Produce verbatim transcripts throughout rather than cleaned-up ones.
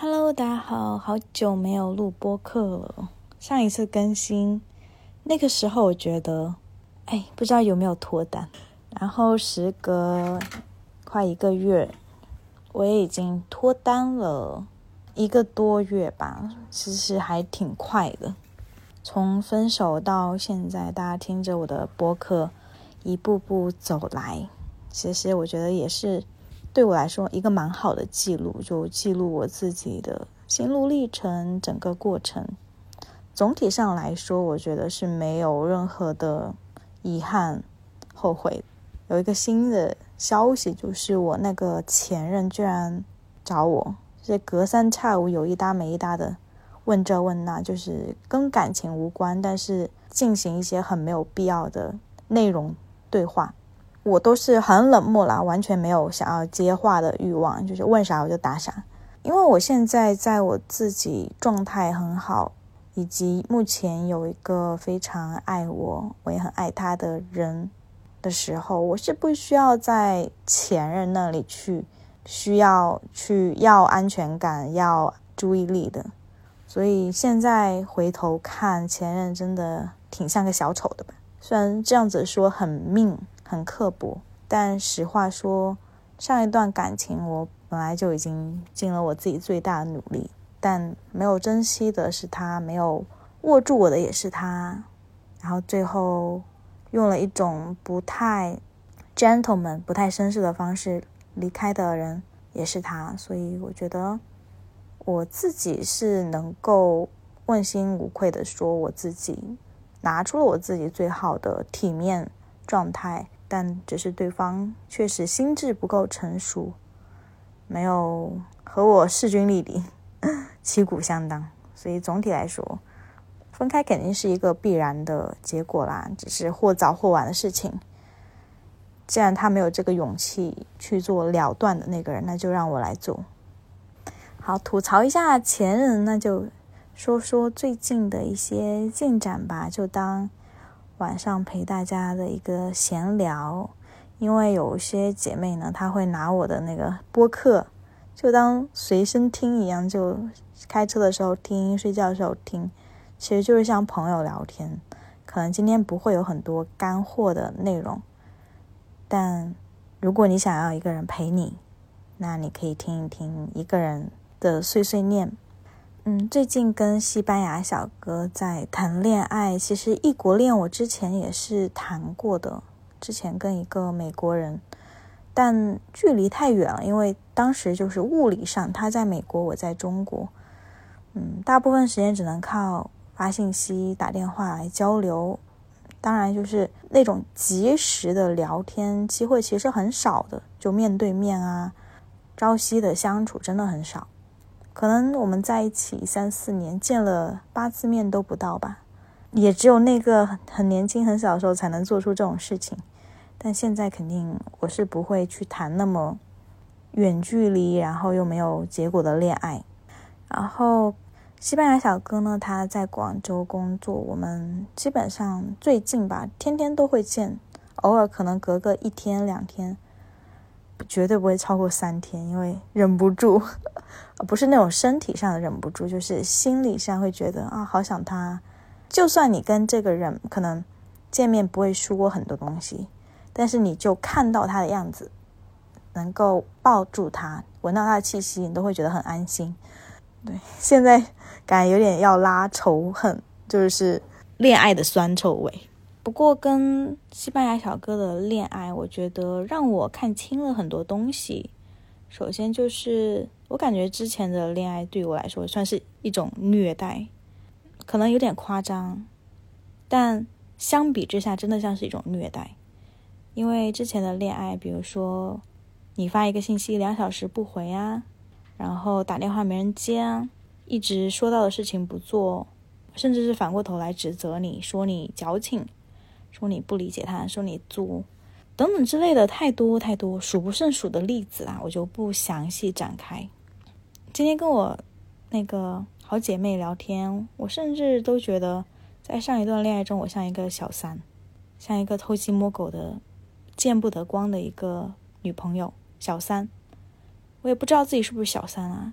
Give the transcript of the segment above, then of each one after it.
Hello， 大家好，好久没有录播客了。上一次更新，那个时候我觉得，哎，不知道有没有脱单。然后时隔快一个月，我也已经脱单了一个多月吧，其实还挺快的。从分手到现在，大家听着我的播客一步步走来，其实我觉得也是对我来说一个蛮好的记录，就记录我自己的心路历程，整个过程。总体上来说，我觉得是没有任何的遗憾、后悔。有一个新的消息，就是我那个前任居然找我，就是隔三差五有一搭没一搭的问这问那，就是跟感情无关，但是进行一些很没有必要的内容对话。我都是很冷漠啦，完全没有想要接话的欲望，就是问啥我就答啥。因为我现在在我自己状态很好，以及目前有一个非常爱我，我也很爱他的人的时候，我是不需要在前任那里去需要去要安全感、要注意力的。所以现在回头看，前任真的挺像个小丑的吧。虽然这样子说很命很刻薄，但实话说，上一段感情我本来就已经尽了我自己最大的努力，但没有珍惜的是他，没有握住我的也是他，然后最后用了一种不太 gentleman 不太绅士的方式离开的人也是他。所以我觉得我自己是能够问心无愧的说，我自己拿出了我自己最好的体面状态，但只是对方确实心智不够成熟，没有和我势均力敌，旗鼓相当。所以总体来说，分开肯定是一个必然的结果啦，只是或早或晚的事情。既然他没有这个勇气去做了断的那个人，那就让我来做。好，吐槽一下前任，那就说说最近的一些进展吧，就当晚上陪大家的一个闲聊。因为有些姐妹呢，她会拿我的那个播客就当随身听一样，就开车的时候听，睡觉的时候听，其实就是像朋友聊天。可能今天不会有很多干货的内容，但如果你想要一个人陪你，那你可以听一听一个人的碎碎念。嗯，最近跟西班牙小哥在谈恋爱，其实异国恋我之前也是谈过的，之前跟一个美国人，但距离太远了，因为当时就是物理上他在美国，我在中国，嗯，大部分时间只能靠发信息、打电话来交流，当然就是那种及时的聊天机会其实很少的，就面对面啊，朝夕的相处真的很少。可能我们在一起三四年，见了八次面都不到吧，也只有那个很年轻很小的时候才能做出这种事情。但现在肯定我是不会去谈那么远距离然后又没有结果的恋爱。然后西班牙小哥呢，他在广州工作，我们基本上最近吧，天天都会见，偶尔可能隔个一天两天，绝对不会超过三天，因为忍不住不是那种身体上的忍不住，就是心理上会觉得啊，好想他。就算你跟这个人可能见面不会说很多东西，但是你就看到他的样子，能够抱住他，闻到他的气息，你都会觉得很安心。对，现在感觉有点要拉仇恨，就是恋爱的酸臭味。不过跟西班牙小哥的恋爱，我觉得让我看清了很多东西。首先就是我感觉之前的恋爱对我来说算是一种虐待，可能有点夸张，但相比之下真的像是一种虐待。因为之前的恋爱，比如说你发一个信息两小时不回啊，然后打电话没人接啊，一直说到的事情不做，甚至是反过头来指责你，说你矫情，说你不理解他，说你作等等之类的，太多太多数不胜数的例子啊，我就不详细展开。今天跟我那个好姐妹聊天，我甚至都觉得在上一段恋爱中我像一个小三，像一个偷鸡摸狗的见不得光的一个女朋友，小三。我也不知道自己是不是小三啊，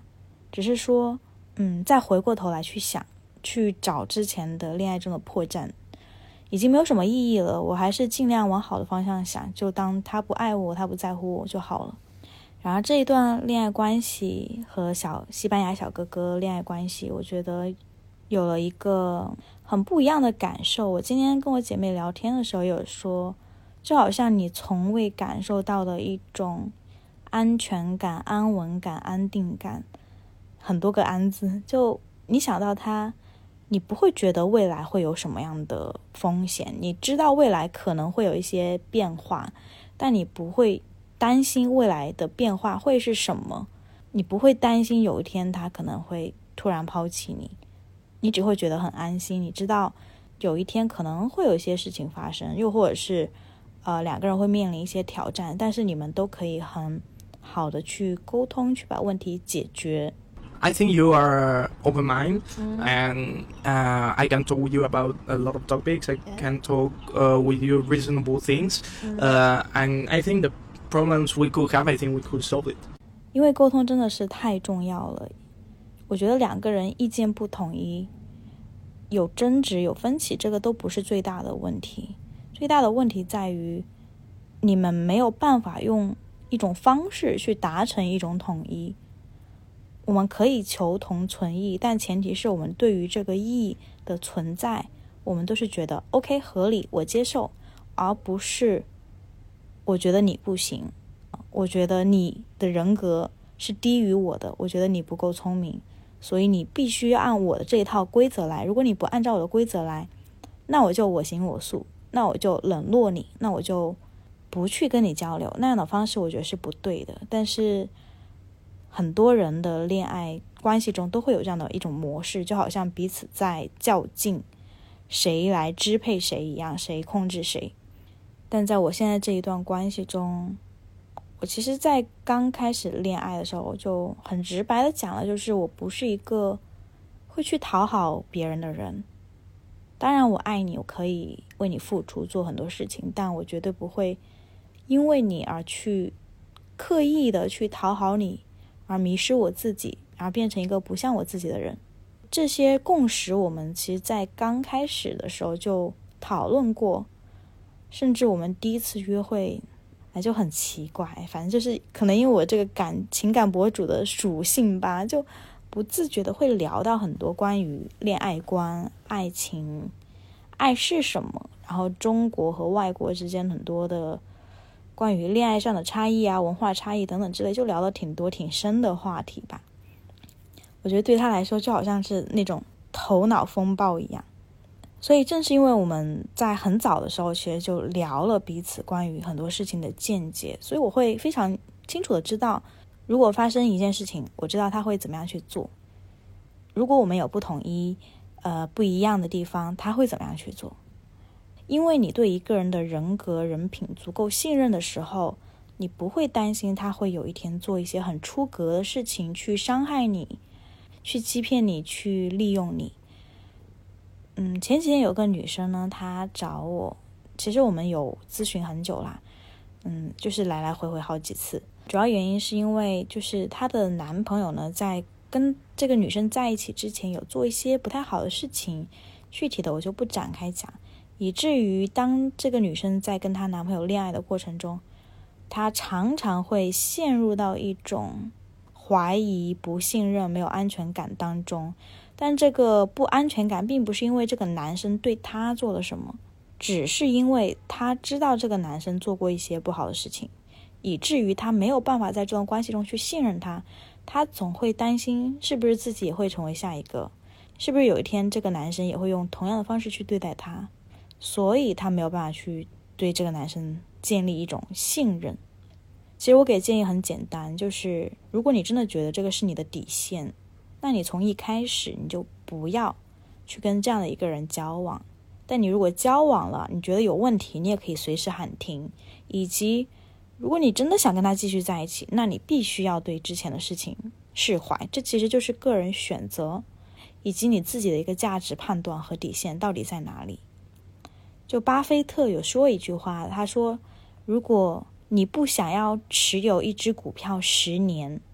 只是说嗯，再回过头来去想，去找之前的恋爱中的破绽，已经没有什么意义了。我还是尽量往好的方向想，就当他不爱我，他不在乎我就好了。然后这一段恋爱关系和小西班牙小哥哥恋爱关系，我觉得有了一个很不一样的感受。我今天跟我姐妹聊天的时候有说，就好像你从未感受到的一种安全感、安稳感、安定感，很多个安字，就你想到它，你不会觉得未来会有什么样的风险，你知道未来可能会有一些变化，但你不会担心未来的变化会是什么，你不会担心有一天他可能会突然抛弃你，你只会觉得很安心。你知道有一天可能会有一些事情发生，又或者是呃两个人会面临一些挑战，但是你们都可以很好的去沟通，去把问题解决。 I think you are open mind, mm. and uh, I can talk with you about a lot of topics. I yeah. can talk uh, with you reasonable things, mm. uh, and I think the problems we could have, I think we could solve it. 因为沟通真的是太重要了，我觉得两个人意见不统一，有争执有分歧，这个都不是最大的问题，最大的问题在于你们没有办法用一种方式去达成一种统一。我们可以求同存异，但前提是我们对于这个异的存在，我们都是觉得 OK 合理，我接受，而不是我觉得你不行，我觉得你的人格是低于我的，我觉得你不够聪明，所以你必须按我的这一套规则来，如果你不按照我的规则来，那我就我行我素，那我就冷落你，那我就不去跟你交流，那样的方式我觉得是不对的。但是很多人的恋爱关系中都会有这样的一种模式，就好像彼此在较劲，谁来支配谁一样，谁控制谁。但在我现在这一段关系中，我其实在刚开始恋爱的时候，我就很直白的讲了，就是我不是一个会去讨好别人的人。当然我爱你，我可以为你付出，做很多事情，但我绝对不会因为你而去刻意的去讨好你，而迷失我自己，而变成一个不像我自己的人。这些共识我们其实在刚开始的时候就讨论过，甚至我们第一次约会那就很奇怪，反正就是可能因为我这个感情感博主的属性吧，就不自觉的会聊到很多关于恋爱观、爱情、爱是什么，然后中国和外国之间很多的关于恋爱上的差异啊、文化差异等等之类，就聊了挺多挺深的话题吧。我觉得对他来说就好像是那种头脑风暴一样。所以正是因为我们在很早的时候其实就聊了彼此关于很多事情的见解，所以我会非常清楚的知道，如果发生一件事情，我知道他会怎么样去做。如果我们有不统一呃不一样的地方，他会怎么样去做。因为你对一个人的人格人品足够信任的时候，你不会担心他会有一天做一些很出格的事情去伤害你，去欺骗你，去利用你。嗯，前几天有个女生呢，她找我，其实我们有咨询很久啦，嗯，就是来来回回好几次。主要原因是因为就是她的男朋友呢，在跟这个女生在一起之前有做一些不太好的事情，具体的我就不展开讲，以至于当这个女生在跟她男朋友恋爱的过程中，她常常会陷入到一种怀疑、不信任、没有安全感当中。但这个不安全感并不是因为这个男生对她做了什么，只是因为她知道这个男生做过一些不好的事情，以至于她没有办法在这段关系中去信任他。她总会担心是不是自己也会成为下一个，是不是有一天这个男生也会用同样的方式去对待她，所以她没有办法去对这个男生建立一种信任。其实我给建议很简单，就是如果你真的觉得这个是你的底线，那你从一开始你就不要去跟这样的一个人交往。但你如果交往了，你觉得有问题，你也可以随时喊停。以及如果你真的想跟他继续在一起，那你必须要对之前的事情释怀。这其实就是个人选择，以及你自己的一个价值判断和底线到底在哪里。就巴菲特有说一句话，他说，如果你不想要持有一只股票十年，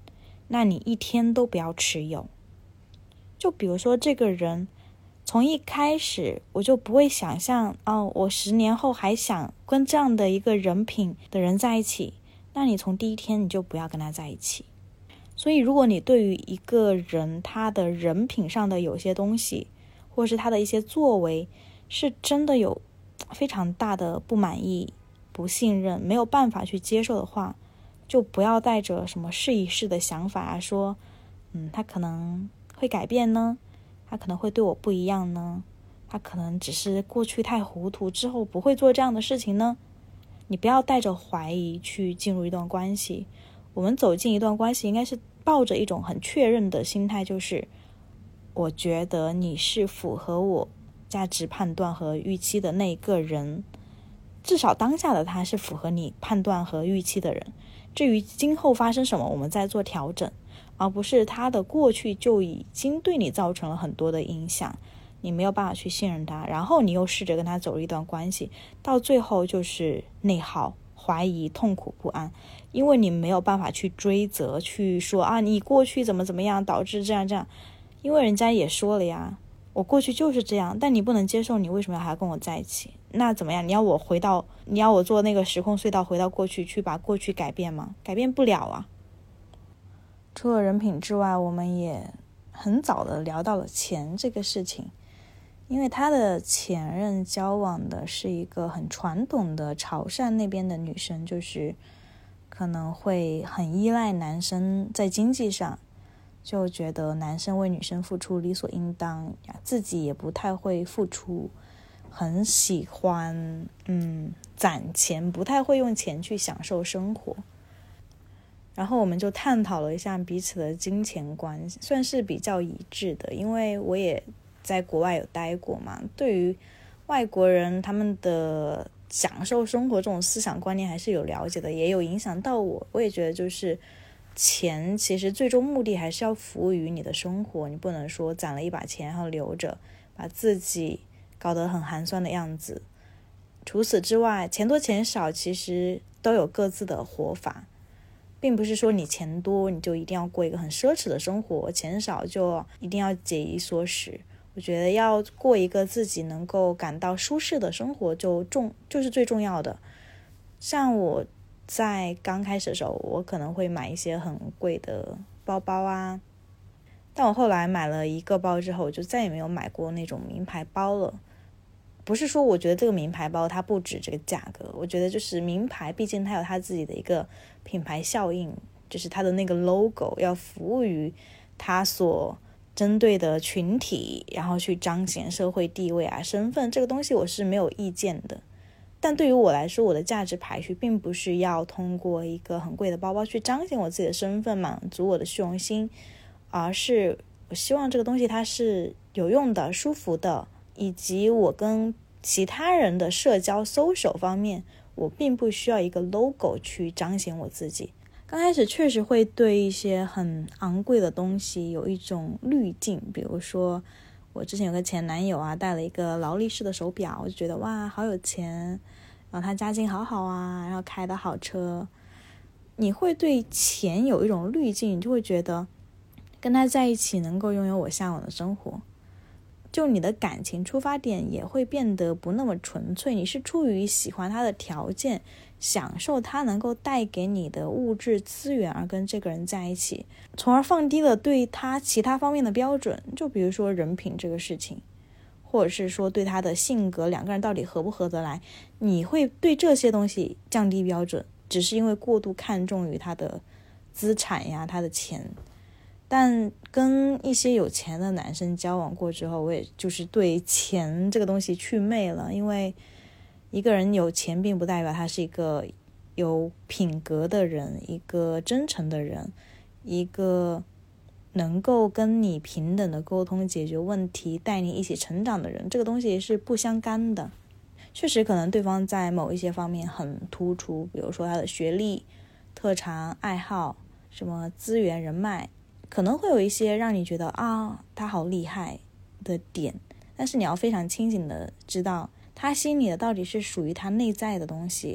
那你一天都不要持有。就比如说这个人从一开始我就不会想象哦，我十年后还想跟这样的一个人品的人在一起，那你从第一天你就不要跟他在一起。所以如果你对于一个人他的人品上的有些东西，或是他的一些作为是真的有非常大的不满意、不信任，没有办法去接受的话，就不要带着什么试一试的想法啊，说嗯，他可能会改变呢，他可能会对我不一样呢，他可能只是过去太糊涂，之后不会做这样的事情呢。你不要带着怀疑去进入一段关系。我们走进一段关系应该是抱着一种很确认的心态，就是我觉得你是符合我价值判断和预期的那个人，至少当下的他是符合你判断和预期的人。至于今后发生什么，我们再做调整，而不是他的过去就已经对你造成了很多的影响，你没有办法去信任他，然后你又试着跟他走入一段关系，到最后就是内耗、怀疑、痛苦不安，因为你没有办法去追责，去说啊你过去怎么怎么样导致这样这样，因为人家也说了呀，我过去就是这样，但你不能接受，你为什么还要跟我在一起？那怎么样？你要我回到，你要我做那个时空隧道回到过去，去把过去改变吗？改变不了啊。除了人品之外，我们也很早的聊到了钱这个事情，因为他的前任交往的是一个很传统的潮汕那边的女生，就是可能会很依赖男生在经济上，就觉得男生为女生付出理所应当，自己也不太会付出，很喜欢嗯攒钱，不太会用钱去享受生活。然后我们就探讨了一下彼此的金钱观，算是比较一致的，因为我也在国外有待过嘛，对于外国人他们的享受生活这种思想观念还是有了解的，也有影响到我。我也觉得就是钱其实最终目的还是要服务于你的生活，你不能说攒了一把钱然后留着，把自己搞得很寒酸的样子。除此之外，钱多钱少其实都有各自的活法，并不是说你钱多你就一定要过一个很奢侈的生活，钱少就一定要节衣缩食。我觉得要过一个自己能够感到舒适的生活就重就是最重要的。像我在刚开始的时候，我可能会买一些很贵的包包啊，但我后来买了一个包之后，我就再也没有买过那种名牌包了。不是说我觉得这个名牌包它不值这个价格，我觉得就是名牌毕竟它有它自己的一个品牌效应，就是它的那个 logo 要服务于它所针对的群体，然后去彰显社会地位啊、身份，这个东西我是没有意见的。但对于我来说，我的价值排序并不是要通过一个很贵的包包去彰显我自己的身份，满足我的虚荣心，而是我希望这个东西它是有用的、舒服的，以及我跟其他人的社交 social 方面，我并不需要一个 logo 去彰显我自己。刚开始确实会对一些很昂贵的东西有一种滤镜，比如说我之前有个前男友啊，戴了一个劳力士的手表，我就觉得哇好有钱，然后他家境好好啊，然后开的好车，你会对钱有一种滤镜，你就会觉得跟他在一起能够拥有我向往的生活，就你的感情出发点也会变得不那么纯粹，你是出于喜欢他的条件，享受他能够带给你的物质资源而跟这个人在一起，从而放低了对他其他方面的标准，就比如说人品这个事情，或者是说对他的性格，两个人到底合不合得来，你会对这些东西降低标准，只是因为过度看重于他的资产呀，他的钱。但跟一些有钱的男生交往过之后，我也就是对钱这个东西祛魅了，因为一个人有钱并不代表他是一个有品格的人，一个真诚的人，一个能够跟你平等的沟通解决问题带你一起成长的人，这个东西是不相干的。确实可能对方在某一些方面很突出，比如说他的学历、特长、爱好，什么资源人脉，可能会有一些让你觉得啊他好厉害的点，但是你要非常清醒的知道他心里的到底是属于他内在的东西，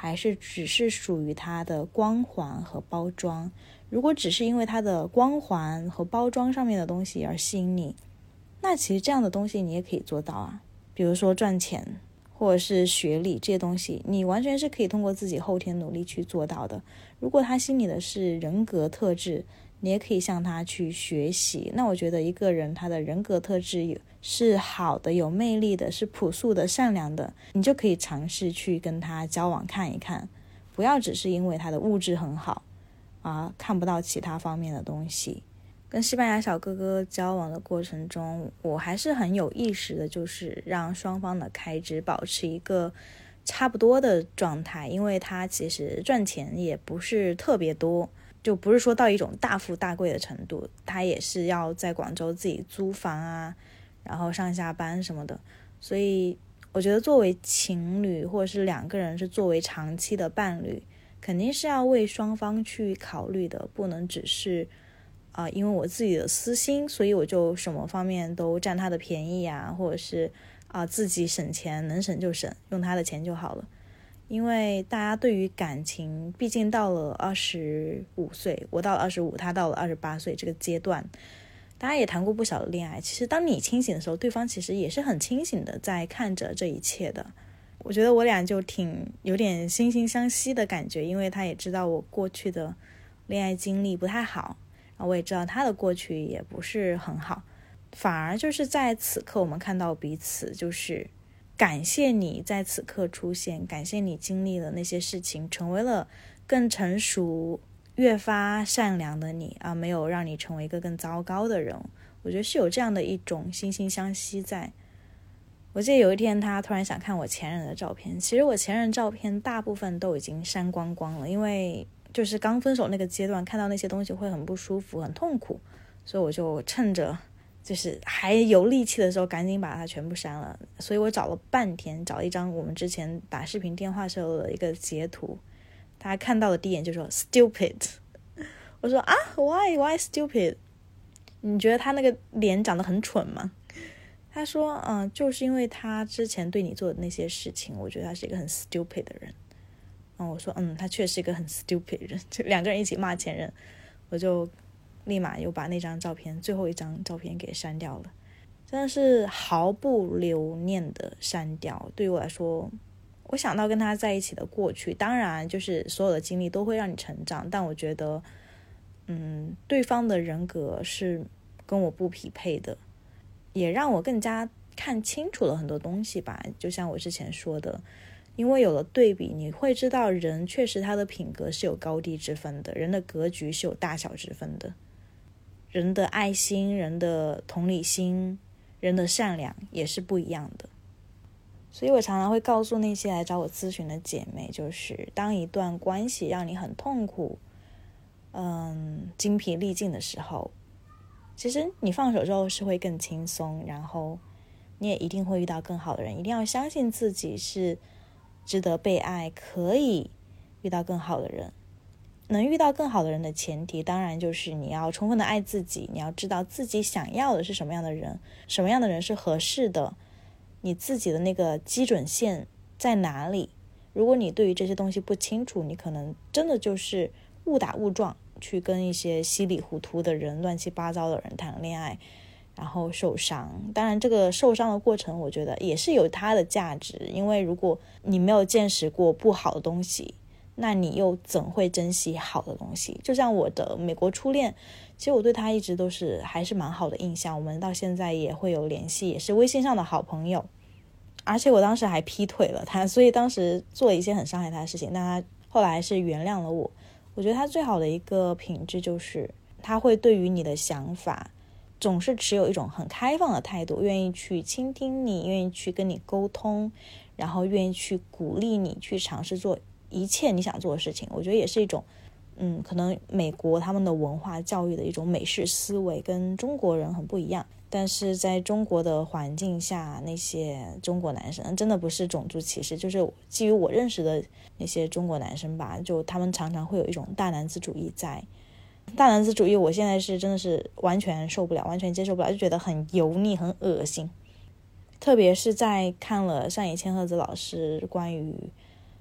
还是只是属于它的光环和包装。如果只是因为它的光环和包装上面的东西而吸引你，那其实这样的东西你也可以做到啊。比如说赚钱或者是学历这些东西，你完全是可以通过自己后天努力去做到的。如果他吸引你的是人格特质，你也可以向他去学习。那我觉得一个人他的人格特质是好的、有魅力的、是朴素的、善良的，你就可以尝试去跟他交往看一看，不要只是因为他的物质很好啊，看不到其他方面的东西。跟西班牙小哥哥交往的过程中，我还是很有意识的，就是让双方的开支保持一个差不多的状态，因为他其实赚钱也不是特别多，就不是说到一种大富大贵的程度，他也是要在广州自己租房啊，然后上下班什么的。所以我觉得作为情侣或者是两个人是作为长期的伴侣，肯定是要为双方去考虑的，不能只是啊、呃，因为我自己的私心，所以我就什么方面都占他的便宜啊，或者是啊、呃、自己省钱，能省就省，用他的钱就好了。因为大家对于感情，毕竟到了二十五岁，我到了二十五，他到了二十八岁这个阶段，大家也谈过不少的恋爱。其实当你清醒的时候，对方其实也是很清醒的在看着这一切的。我觉得我俩就挺有点惺惺相惜的感觉，因为他也知道我过去的恋爱经历不太好，我也知道他的过去也不是很好，反而就是在此刻我们看到彼此，就是感谢你在此刻出现，感谢你经历了那些事情，成为了更成熟越发善良的你啊，没有让你成为一个更糟糕的人。我觉得是有这样的一种惺惺相惜在。我记得有一天他突然想看我前任的照片，其实我前任照片大部分都已经删光光了，因为就是刚分手那个阶段，看到那些东西会很不舒服很痛苦，所以我就趁着就是还有力气的时候赶紧把它全部删了。所以我找了半天，找了一张我们之前打视频电话时候的一个截图，他看到的第一眼就说 stupid。 我说啊 why why stupid， 你觉得他那个脸长得很蠢吗？他说嗯，就是因为他之前对你做的那些事情，我觉得他是一个很 stupid 的人。嗯，我说嗯，他确实是一个很 stupid 的人，就两个人一起骂前任，我就立马又把那张照片最后一张照片给删掉了，真的是毫不留念的删掉。对于我来说，我想到跟他在一起的过去，当然就是所有的经历都会让你成长，但我觉得嗯，对方的人格是跟我不匹配的，也让我更加看清楚了很多东西吧。就像我之前说的，因为有了对比，你会知道人确实他的品格是有高低之分的，人的格局是有大小之分的，人的爱心、人的同理心、人的善良也是不一样的。所以我常常会告诉那些来找我咨询的姐妹，就是当一段关系让你很痛苦嗯，精疲力尽的时候，其实你放手之后是会更轻松，然后你也一定会遇到更好的人。一定要相信自己是值得被爱，可以遇到更好的人。能遇到更好的人的前提，当然就是你要充分的爱自己，你要知道自己想要的是什么样的人，什么样的人是合适的，你自己的那个基准线在哪里。如果你对于这些东西不清楚，你可能真的就是误打误撞去跟一些稀里糊涂的人、乱七八糟的人谈恋爱，然后受伤。当然这个受伤的过程我觉得也是有它的价值，因为如果你没有见识过不好的东西，那你又怎会珍惜好的东西。就像我的美国初恋，其实我对他一直都是还是蛮好的印象，我们到现在也会有联系，也是微信上的好朋友。而且我当时还劈腿了他，所以当时做了一些很伤害他的事情，但他后来还是原谅了我。我觉得他最好的一个品质就是他会对于你的想法总是持有一种很开放的态度，愿意去倾听你，愿意去跟你沟通，然后愿意去鼓励你去尝试做一切你想做的事情。我觉得也是一种嗯，可能美国他们的文化教育的一种美式思维跟中国人很不一样，但是在中国的环境下，那些中国男生真的不是种族歧视，就是基于我认识的那些中国男生吧，就他们常常会有一种大男子主义在。大男子主义我现在是真的是完全受不了，完全接受不了，就觉得很油腻很恶心。特别是在看了上野千鹤子老师关于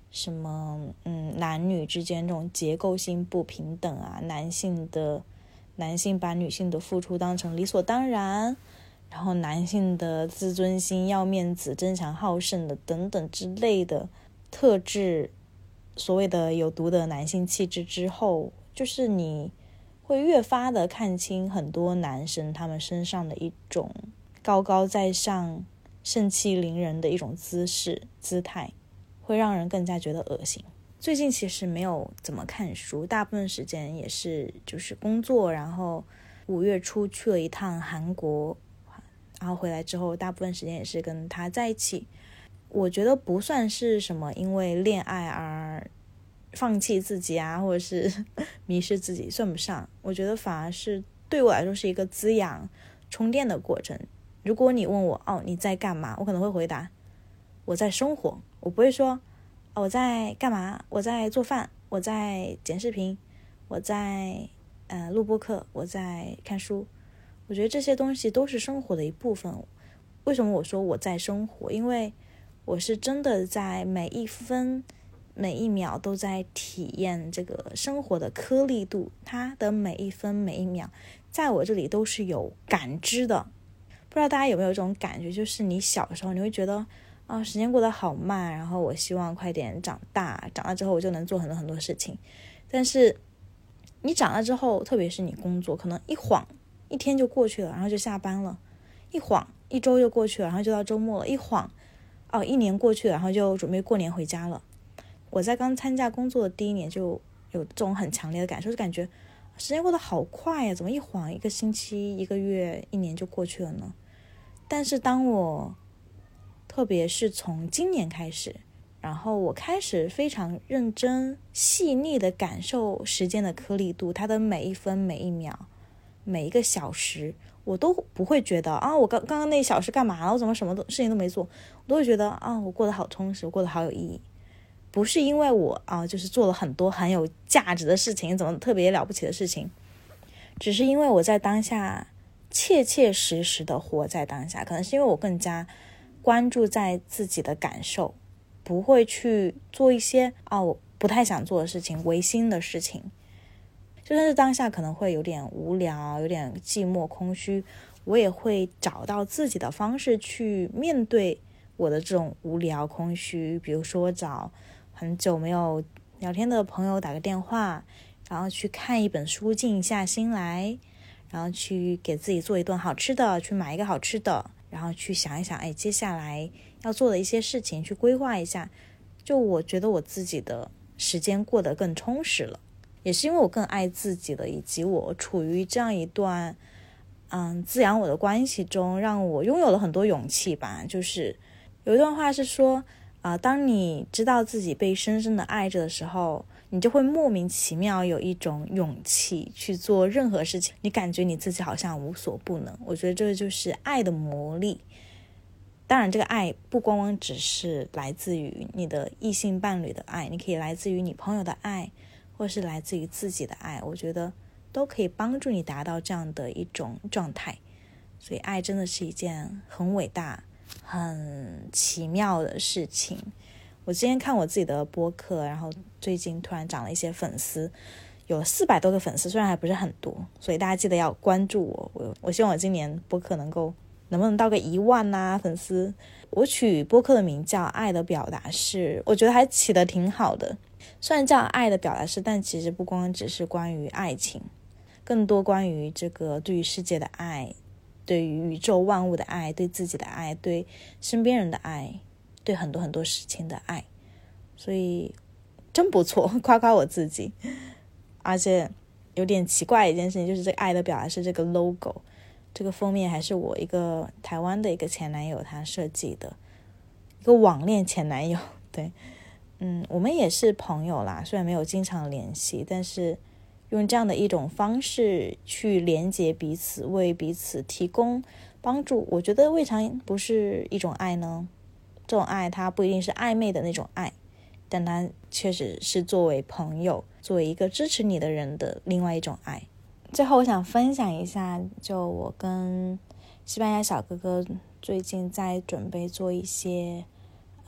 什么嗯男女之间这种结构性不平等啊，男性的男性把女性的付出当成理所当然，然后男性的自尊心要面子争强好胜的等等之类的特质，所谓的有毒的男性气质之后，就是你会越发的看清很多男生他们身上的一种高高在上盛气凌人的一种姿势姿态，会让人更加觉得恶心。最近其实没有怎么看书，大部分时间也是就是工作，然后五月初去了一趟韩国，然后回来之后大部分时间也是跟他在一起。我觉得不算是什么因为恋爱而放弃自己啊，或者是迷失自己，算不上。我觉得反而是对我来说是一个滋养充电的过程。如果你问我哦你在干嘛，我可能会回答我在生活，我不会说哦我在干嘛，我在做饭，我在剪视频，我在呃录播课，我在看书。我觉得这些东西都是生活的一部分。为什么我说我在生活？因为我是真的在每一分每一秒都在体验这个生活的颗粒度，它的每一分每一秒在我这里都是有感知的。不知道大家有没有这种感觉，就是你小时候你会觉得啊，时间过得好慢，然后我希望快点长大，长大之后我就能做很多很多事情。但是你长大之后，特别是你工作，可能一晃一天就过去了，然后就下班了，一晃一周就过去了，然后就到周末了，一晃哦一年过去了，然后就准备过年回家了。我在刚参加工作的第一年就有这种很强烈的感受，就感觉时间过得好快呀，怎么一晃一个星期一个月一年就过去了呢？但是当我特别是从今年开始，然后我开始非常认真细腻的感受时间的颗粒度，它的每一分每一秒每一个小时，我都不会觉得啊我刚刚刚那一小时干嘛了，我怎么什么都事情都没做，我都会觉得啊我过得好充实，我过得好有意义。不是因为我啊就是做了很多很有价值的事情，怎么特别了不起的事情，只是因为我在当下切切实实的活在当下。可能是因为我更加关注在自己的感受，不会去做一些啊我不太想做的事情，违心的事情。就算是当下可能会有点无聊，有点寂寞空虚，我也会找到自己的方式去面对我的这种无聊空虚。比如说找很久没有聊天的朋友打个电话，然后去看一本书静一下心来，然后去给自己做一顿好吃的，去买一个好吃的，然后去想一想哎接下来要做的一些事情，去规划一下。就我觉得我自己的时间过得更充实了，也是因为我更爱自己了，以及我处于这样一段嗯滋养我的关系中，让我拥有了很多勇气吧。就是有一段话是说啊、呃，当你知道自己被深深的爱着的时候，你就会莫名其妙有一种勇气去做任何事情，你感觉你自己好像无所不能。我觉得这就是爱的魔力。当然这个爱不光光只是来自于你的异性伴侣的爱，你可以来自于你朋友的爱，或是来自于自己的爱，我觉得都可以帮助你达到这样的一种状态。所以爱真的是一件很伟大很奇妙的事情。我之前看我自己的播客，然后最近突然涨了一些粉丝，有四百多个粉丝，虽然还不是很多，所以大家记得要关注我。我我希望我今年播客能够能不能到个一万啊粉丝。我取播客的名叫爱的表达式，我觉得还起得挺好的。虽然叫爱的表达式，但其实不光只是关于爱情，更多关于这个对于世界的爱，对于宇宙万物的爱，对自己的爱，对身边人的爱，对很多很多事情的爱。所以真不错，夸夸我自己。而且有点奇怪的一件事情，就是这个爱的表达式这个 logo， 这个封面还是我一个台湾的一个前男友他设计的，一个网恋前男友。对，嗯，我们也是朋友啦，虽然没有经常联系，但是用这样的一种方式去连接彼此，为彼此提供帮助，我觉得未尝不是一种爱呢。这种爱它不一定是暧昧的那种爱，但它确实是作为朋友，作为一个支持你的人的另外一种爱。最后我想分享一下，就我跟西班牙小哥哥最近在准备做一些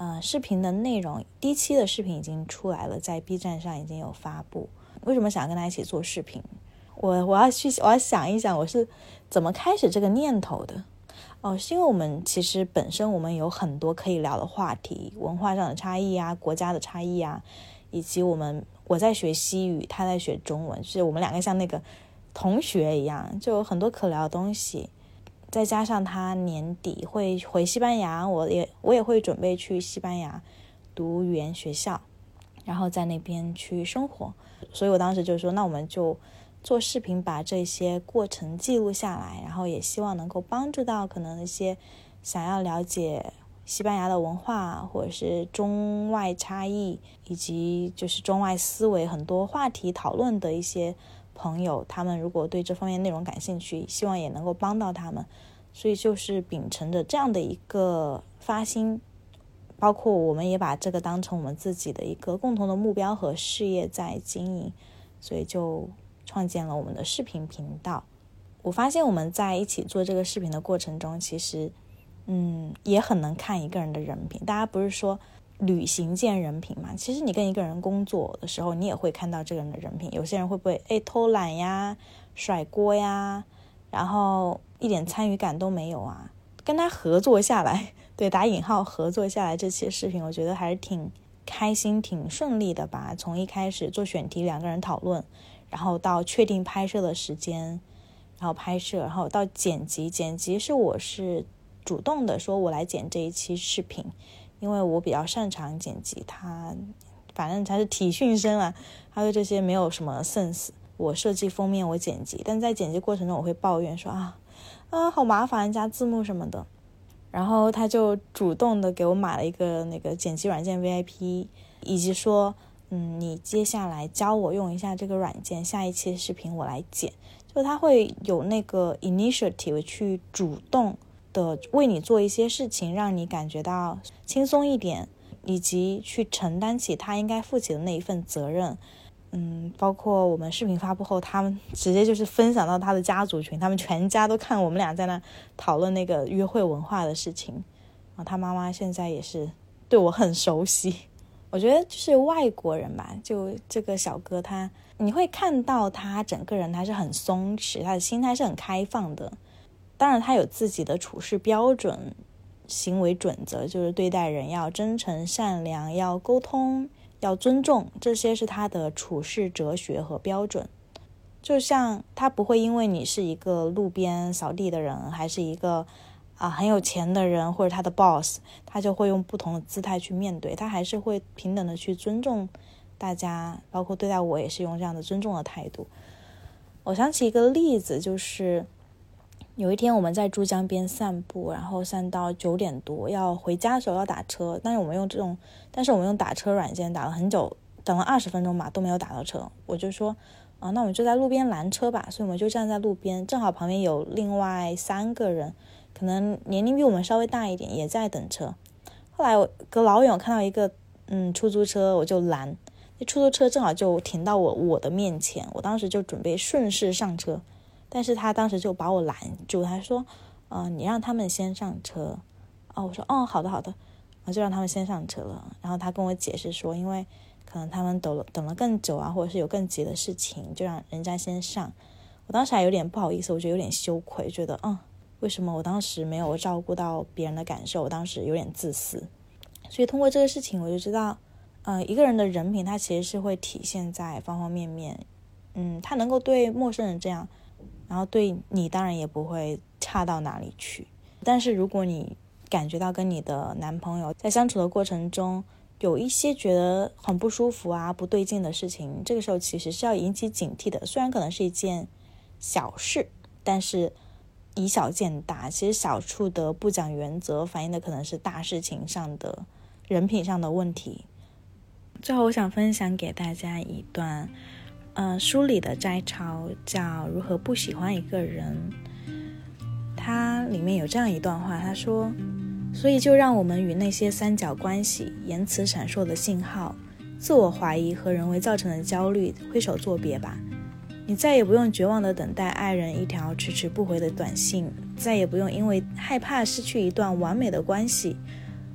呃，视频的内容，第一期的视频已经出来了，在 B 站上已经有发布。为什么想跟大家一起做视频？我我要去我要想一想我是怎么开始这个念头的。哦，是因为我们其实本身我们有很多可以聊的话题，文化上的差异啊，国家的差异啊，以及我们我在学西语，他在学中文，就是我们两个像那个同学一样，就有很多可聊的东西。再加上他年底会回西班牙，我也我也会准备去西班牙读语言学校，然后在那边去生活。所以我当时就说，那我们就做视频把这些过程记录下来，然后也希望能够帮助到可能一些想要了解西班牙的文化，或者是中外差异，以及就是中外思维很多话题讨论的一些朋友，他们如果对这方面内容感兴趣，希望也能够帮到他们。所以就是秉承着这样的一个发心，包括我们也把这个当成我们自己的一个共同的目标和事业在经营，所以就创建了我们的视频频道。我发现我们在一起做这个视频的过程中，其实嗯也很能看一个人的人品。大家不是说旅行见人品嘛，其实你跟一个人工作的时候，你也会看到这个人的人品。有些人会不会诶偷懒呀，甩锅呀，然后一点参与感都没有啊。跟他合作下来，对，打引号合作下来，这期视频我觉得还是挺开心挺顺利的吧。从一开始做选题两个人讨论，然后到确定拍摄的时间，然后拍摄，然后到剪辑剪辑是我是主动的说我来剪这一期视频，因为我比较擅长剪辑，他反正他是体训生啊，他对这些没有什么 sense。我设计封面，我剪辑，但在剪辑过程中我会抱怨说啊啊好麻烦，加字幕什么的。然后他就主动的给我买了一个那个剪辑软件 V I P， 以及说嗯，你接下来教我用一下这个软件，下一期视频我来剪。就他会有那个 initiative 去主动的为你做一些事情，让你感觉到轻松一点，以及去承担起他应该负起的那一份责任。嗯，包括我们视频发布后，他们直接就是分享到他的家族群，他们全家都看我们俩在那讨论那个约会文化的事情。啊，他妈妈现在也是对我很熟悉。我觉得就是外国人吧，就这个小哥他，你会看到他整个人他是很松弛，他的心态是很开放的。当然他有自己的处事标准、行为准则，就是对待人要真诚善良，要沟通，要尊重，这些是他的处事哲学和标准。就像他不会因为你是一个路边扫地的人，还是一个啊很有钱的人，或者他的 boss， 他就会用不同的姿态去面对，他还是会平等的去尊重大家，包括对待我也是用这样的尊重的态度。我想起一个例子，就是有一天我们在珠江边散步，然后散到九点多要回家的时候要打车，但是我们用这种但是我们用打车软件打了很久，等了二十分钟吧都没有打到车。我就说啊，那我们就在路边拦车吧，所以我们就站在路边，正好旁边有另外三个人，可能年龄比我们稍微大一点，也在等车。后来我隔老远看到一个嗯出租车，我就拦，那出租车正好就停到我我的面前，我当时就准备顺势上车，但是他当时就把我拦住，他说呃你让他们先上车。哦，我说哦好的好的，然后就让他们先上车了。然后他跟我解释说，因为可能他们等了等了更久啊，或者是有更急的事情，就让人家先上。我当时还有点不好意思，我觉得有点羞愧，觉得嗯，为什么我当时没有照顾到别人的感受，我当时有点自私。所以通过这个事情我就知道呃，一个人的人品他其实是会体现在方方面面。嗯，他能够对陌生人这样，然后对你当然也不会差到哪里去。但是如果你感觉到跟你的男朋友在相处的过程中有一些觉得很不舒服啊不对劲的事情，这个时候其实是要引起警惕的。虽然可能是一件小事，但是以小见大，其实小处的不讲原则反映的可能是大事情上的人品上的问题。最后我想分享给大家一段呃，书里的摘抄，叫如何不喜欢一个人。它里面有这样一段话，他说，所以就让我们与那些三角关系、言辞闪烁的信号、自我怀疑和人为造成的焦虑挥手作别吧。你再也不用绝望地等待爱人一条迟迟不回的短信，再也不用因为害怕失去一段完美的关系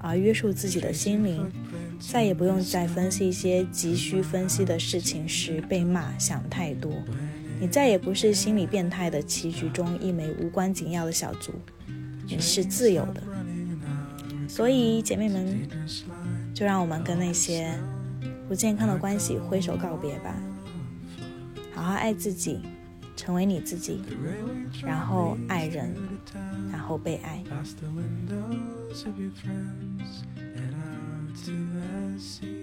而约束自己的心灵，再也不用在分析一些急需分析的事情时被骂想太多。你再也不是心理变态的棋局中一枚无关紧要的小卒，你是自由的。所以姐妹们，就让我们跟那些不健康的关系挥手告别吧，好好爱自己，成为你自己，然后爱人，然后被爱。 Past the windows of your friends and out to the sea.